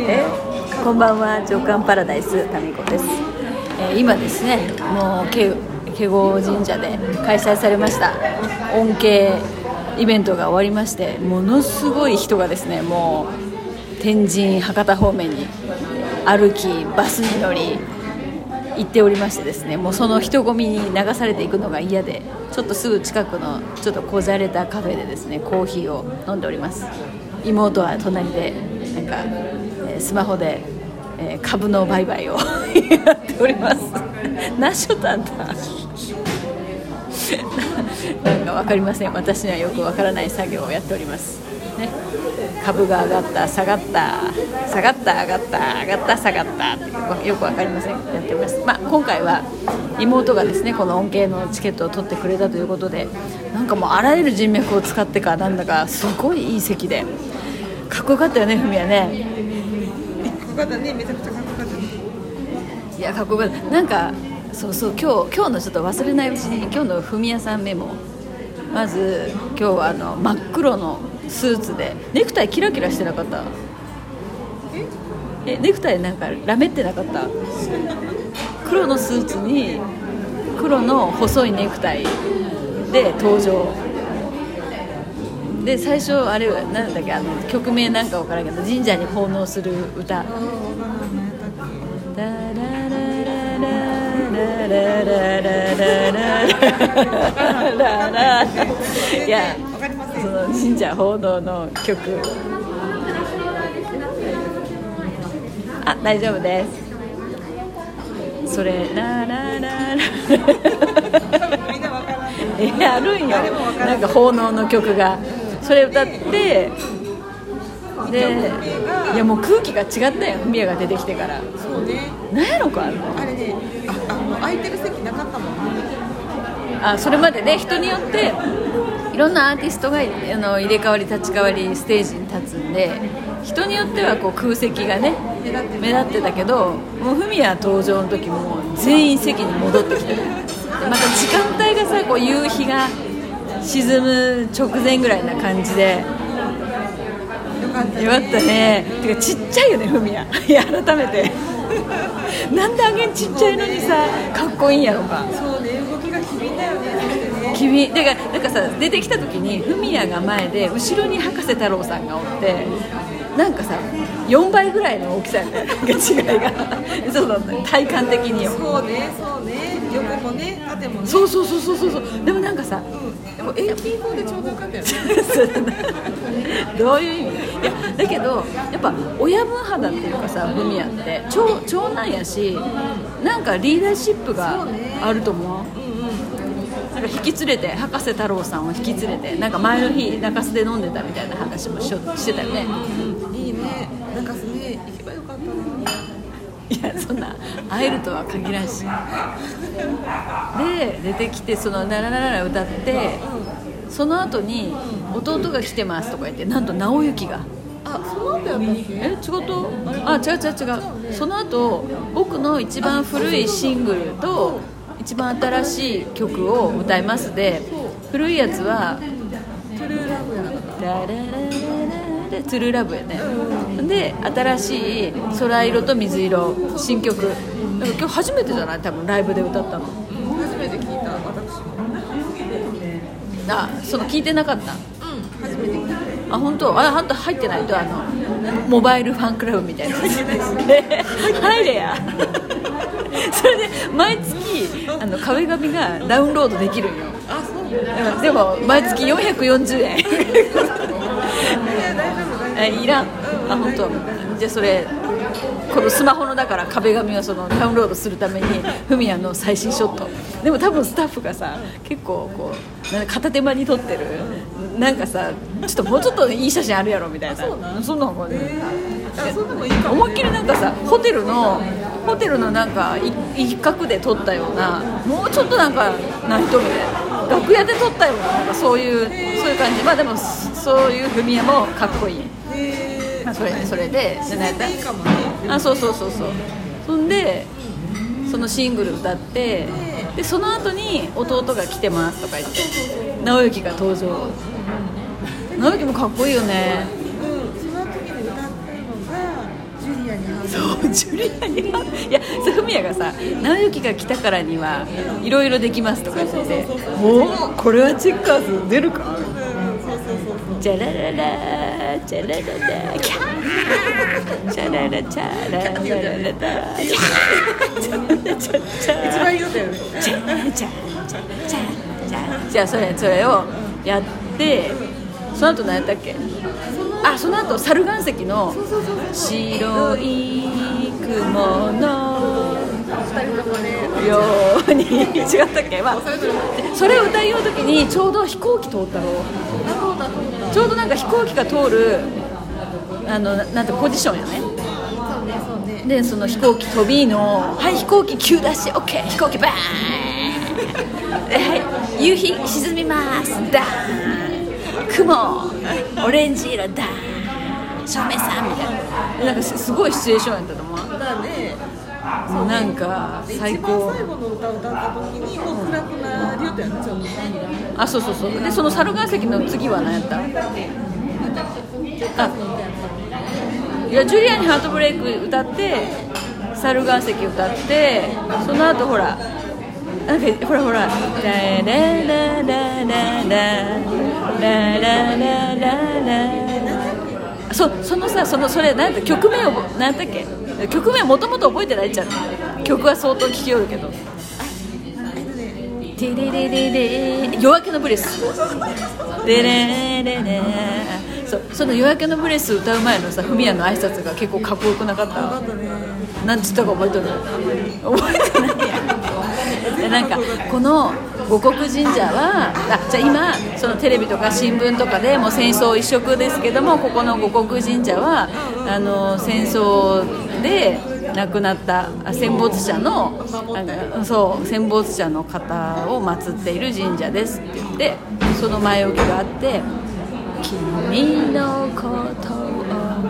こんばんは、上官パラダイスタミコです。今ですね、もう華厳神社で開催されました恩恵イベントが終わりまして、ものすごい人がですね、もう天神博多方面に歩きバスに乗り行っておりましてですね、もうその人混みに流されていくのが嫌で、ちょっとすぐ近くのちょっとこじゃれたカフェでですね、コーヒーを飲んでおります。妹は隣でなんかスマホで株の売買をやっております。何しょったんだなんか分かりません。私にはよく分からない作業をやっております、ね、株が上がった下がった下がった上がった上がった下がったってよく分かりません。やっております。今回は妹がですね、この恩恵のチケットを取ってくれたということで、なんかもうあらゆる人脈を使ってかなんだかすごいいい席でかっこよかったよね、ふみやね。 かっこよかったね、めちゃくちゃかっこよかったね。 いや、かっこよかった。なんかそう今日のちょっと忘れないうちに今日のふみやさんメモ。まず今日は真っ黒のスーツでネクタイキラキラしてなかった？ネクタイなんかラメってなかった？黒のスーツに黒の細いネクタイで登場で、最初あれなんだっけ、曲名なんか分からんけど、神社に奉納する歌、いや、その神社奉納の曲、大丈夫です。それララララあるんよ、なんか奉納の曲が。それ歌って、で、いやもう空気が違ったよ、フミヤが出てきてから。 そうね。 何やろかあれね、空いてる席なかったもんね。 それまでね、人によっていろんなアーティストが入れ替わり立ち替わりステージに立つんで、人によってはこう空席がね目立ってたけど、もうフミヤ登場の時も全員席に戻ってきてる。また時間帯がさ、こう夕日が沈む直前ぐらいな感じでよかったね。てかちっちゃいよね、フミヤ。いや、改めてなんであげんちっちゃいのにさかっこいいんやろか。 そうね、動きが機敏だよね。 機敏だから、なんかさ、出てきた時にフミヤが前で後ろに博士太郎さんがおって、なんかさ4倍ぐらいの大きさやね、違いがそうだ、ね、体感的によ。 そうね、横もね、縦もね。 そうでもなんかさ、 でも AP4 でちょうどよかったよねどういう意味？いやだけどやっぱ親分肌っていうかさ、フミヤって長男やし、なんかリーダーシップがあると思う。なんか引き連れて、博士太郎さんを引き連れて、なんか前の日中洲で飲んでたみたいな話もしてたよね。 いいね、中洲ね、行けばよかったな。 いや、そんな会えるとは限らんしで、出てきてそのララララ歌って、その後に弟が来てますとか言って、なんと直行がその後やったっけ？ 違う。その後僕の一番古いシングルと一番新しい曲を歌いますで、古いやつはトゥルーラブやなかった。 ラララララトゥルーラブやね。で、新しい空色と水色新曲。だから今日初めてじゃない？多分ライブで歌ったの。 初めて聞いた、私も。 その聞いてなかった。 初めて聞いた。 本当？あんた入ってないとモバイルファンクラブみたいな入れやそれで毎月壁紙がダウンロードできるんよ。そうでも毎月440円いらん。本当？じゃあそれこのスマホのだから壁紙をそのダウンロードするためにフミヤの最新ショットでも多分スタッフがさ結構こうなんか片手間に撮ってる、なんかさちょっともうちょっといい写真あるやろみたいな。そんなのも思いっきりなんかさホテルのなんか一角で撮ったような、もうちょっとなんか何撮るね、楽屋で撮ったような、なんかそういう感じ。でもそういうフミヤもかっこいい。それでいいかもね。 そうそんでそのシングル歌って、でその後に弟が来てますとか言って直行が登場。直行もかっこいいよね。 その時に歌ったのがジュリそうジュリアにいやフミヤがさ直之が来たからにはいろいろできますとか言ってて、おおこれはチェッカーズ出るか、チャラララチャラララキャーチャララチャラララチャララチャラ一番言うんだよね。 チャチャチャチャじゃあそれをやって、その後何やったっけ、その後猿岩石の白い雲のように違ったっけ、それを歌いようときにちょうど飛行機通ったろ、ちょうどなんか飛行機が通るなんてポジションよね。でその飛行機飛びの、はい飛行機急出し OK 飛行機バーンはい夕日沈みますダーン雲オレンジ色ダーン照明さんみたいな、なんかすごいシチュエーションやったと思う。 だね。 もうなんか最高。 最後の歌を歌った時にもう暗くなりよったよねちょっと。 そうでその猿岩石の次は何やった？いやジュリアにハートブレイク歌って猿岩石歌って、その後ほらなんかほらララララララララララそのさそれなんて曲名をなんだっけ、曲名もともと覚えてないっちゃう、曲は相当聴きよるけど、テレレレレ夜明けのブレスレレレレその夜明けのブレス歌う前のさフミヤの挨拶が結構かっこよくなかった？なんつったか覚えとる？覚えてないやなんかこの護国神社はじゃあ今そのテレビとか新聞とかでもう戦争一色ですけども、ここの護国神社は戦争で亡くなった戦没者の戦没者の方を祀っている神社ですって言って、その前置きがあって、君のことを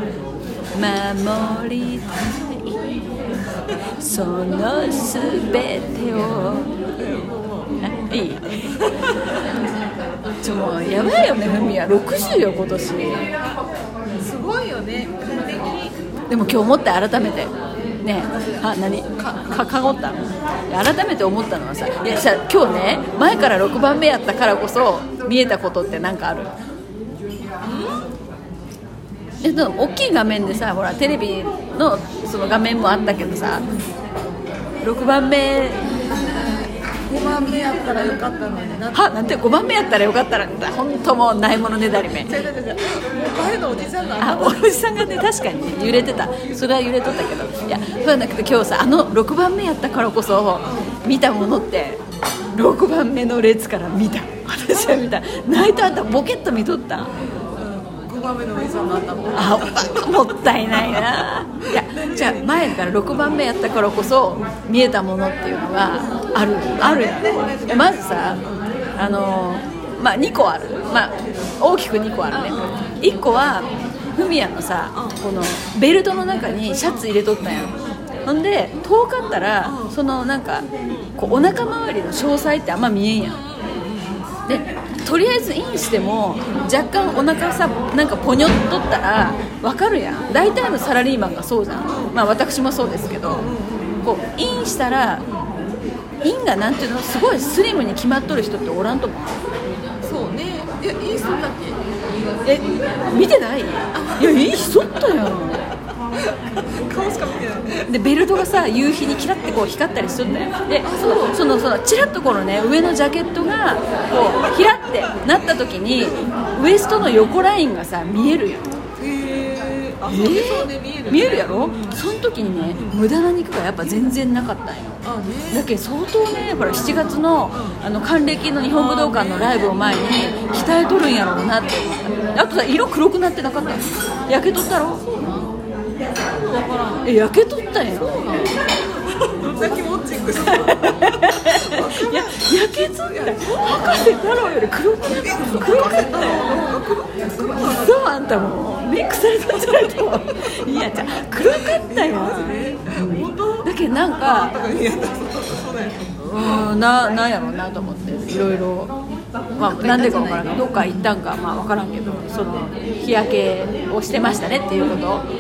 守りたいそのすべてをいいもうやばいよね、フミヤ60よ今年。 すごいよね。 でも今日思った改めてね、何かごった改めて思ったのはさ、いやさ今日ね前から6番目やったからこそ見えたことって何かある？大きい画面でさ、ほらテレビのその画面もあったけどさ、6番目 5番目やったらよかったのにな。 なんて5番目やったらよかったら本当もうないものねだりめ。 前のおじさんがおじさんがね確かにね揺れてた、それは揺れとったけど、いやそうじゃなくて今日さ6番目やったからこそ見たものって6番目の列から見た、私は見た、泣いたあんたボケッと見とった。 5番目のおじさんがあったもん。 もったいないな。いやじゃあ前から6番目やったからこそ見えたものっていうのがあるやん。まずさ2個ある、大きく2個あるね。1個はフミヤのさこのベルトの中にシャツ入れとったやん。ほんで遠かったらそのなんかこうお腹周りの詳細ってあんま見えんやん。でとりあえずインしても若干お腹さなんかポニョっとったら分かるやん。大体のサラリーマンがそうじゃん。私もそうですけど、こうインしたらインがなんていうのすごいスリムに決まっとる人っておらんと思う。 そうね。いやいい人だっけ？ 見てない？いやいい人ったよ。 顔しか見てない。 でベルトがさ夕日にキラッてこう光ったりしとったよ。でそのチラッとこのね上のジャケットがこうヒラってなった時にウエストの横ラインがさ見えるよ。見えるやろ。その時にね無駄な肉がやっぱ全然なかったんよ。だけど相当ねほら7月の還暦の日本武道館のライブを前に鍛えとるんやろうなって思った。あとさ色黒くなってなかった？焼けとったろ？焼けとったんや。 どんな気持ちいいんですか？ いや焼けとった博士太郎より黒かったそうあんたもメイクされたんじゃないといやじゃ黒かったよ。だけどなんかなんやろうなと思っていろいろなんでか分からんけどどっか行ったんか分からんけどその日焼けをしてましたねっていうこと。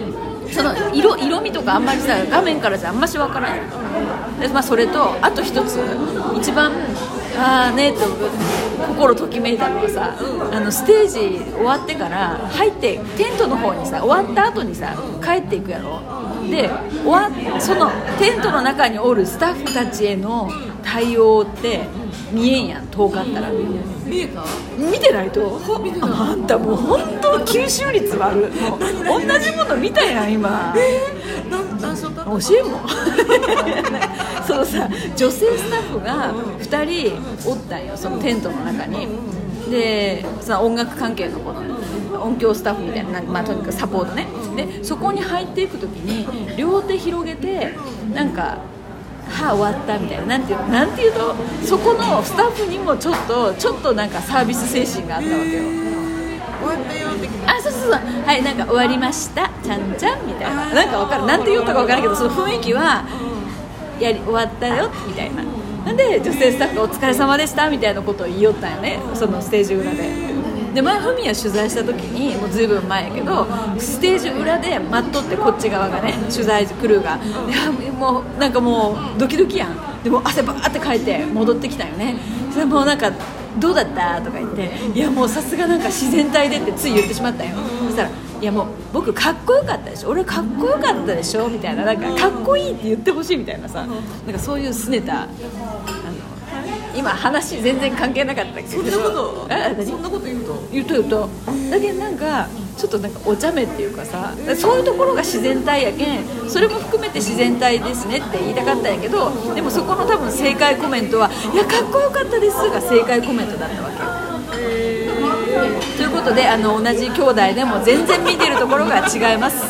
その色味とかあんまりさ画面からじゃあんましわからないで、それとあと一つ一番ねと心ときめいたのはさ、ステージ終わってから入ってテントの方にさ、終わった後にさ帰っていくやろ。でそのテントの中におるスタッフたちへの対応って見えんやん、遠かったら。 見えた？ 見てないとあんたもう本当吸収率悪い。同じもの見たやん今。 何しよった教えんもんそのさ、女性スタッフが2人おったんよ、そのテントの中に。でその音楽関係のこの音響スタッフみたいな、とにかくサポートね。でそこに入っていく時に両手広げてなんか終わったみたいな、なんていうとそこのスタッフにもちょっとなんかサービス精神があったわけよ。 終わったよ的な。 そうはい、なんか終わりましたちゃんちゃんみたいな、なんか分かる、なんて言ったか分からんけど、その雰囲気は終わったよみたいな。なんで女性スタッフがお疲れ様でしたみたいなことを言いよったんよね、そのステージ裏で。で前フミヤ取材した時にもうずいぶん前やけど、ステージ裏で待っとって、こっち側がね、取材クルーが、いやもうなんかもうドキドキやん。でも汗バーってかいて戻ってきたよね。それもなんかどうだったとか言って、いやもうさすがなんか自然体でってつい言ってしまったよ。そしたら、いやもう僕かっこよかったでしょ、俺かっこよかったでしょみたいな、なんかかっこいいって言ってほしいみたいなさ、なんかそういう拗ねた今話全然関係なかったけど、 そんなこと言うとだけどなんかちょっとなんかお茶目っていうかさ、そういうところが自然体やけん、それも含めて自然体ですねって言いたかったんやけど、でもそこの多分正解コメントは、いやかっこよかったですが正解コメントだったわけよ。ということで同じ兄弟でも全然見てるところが違います。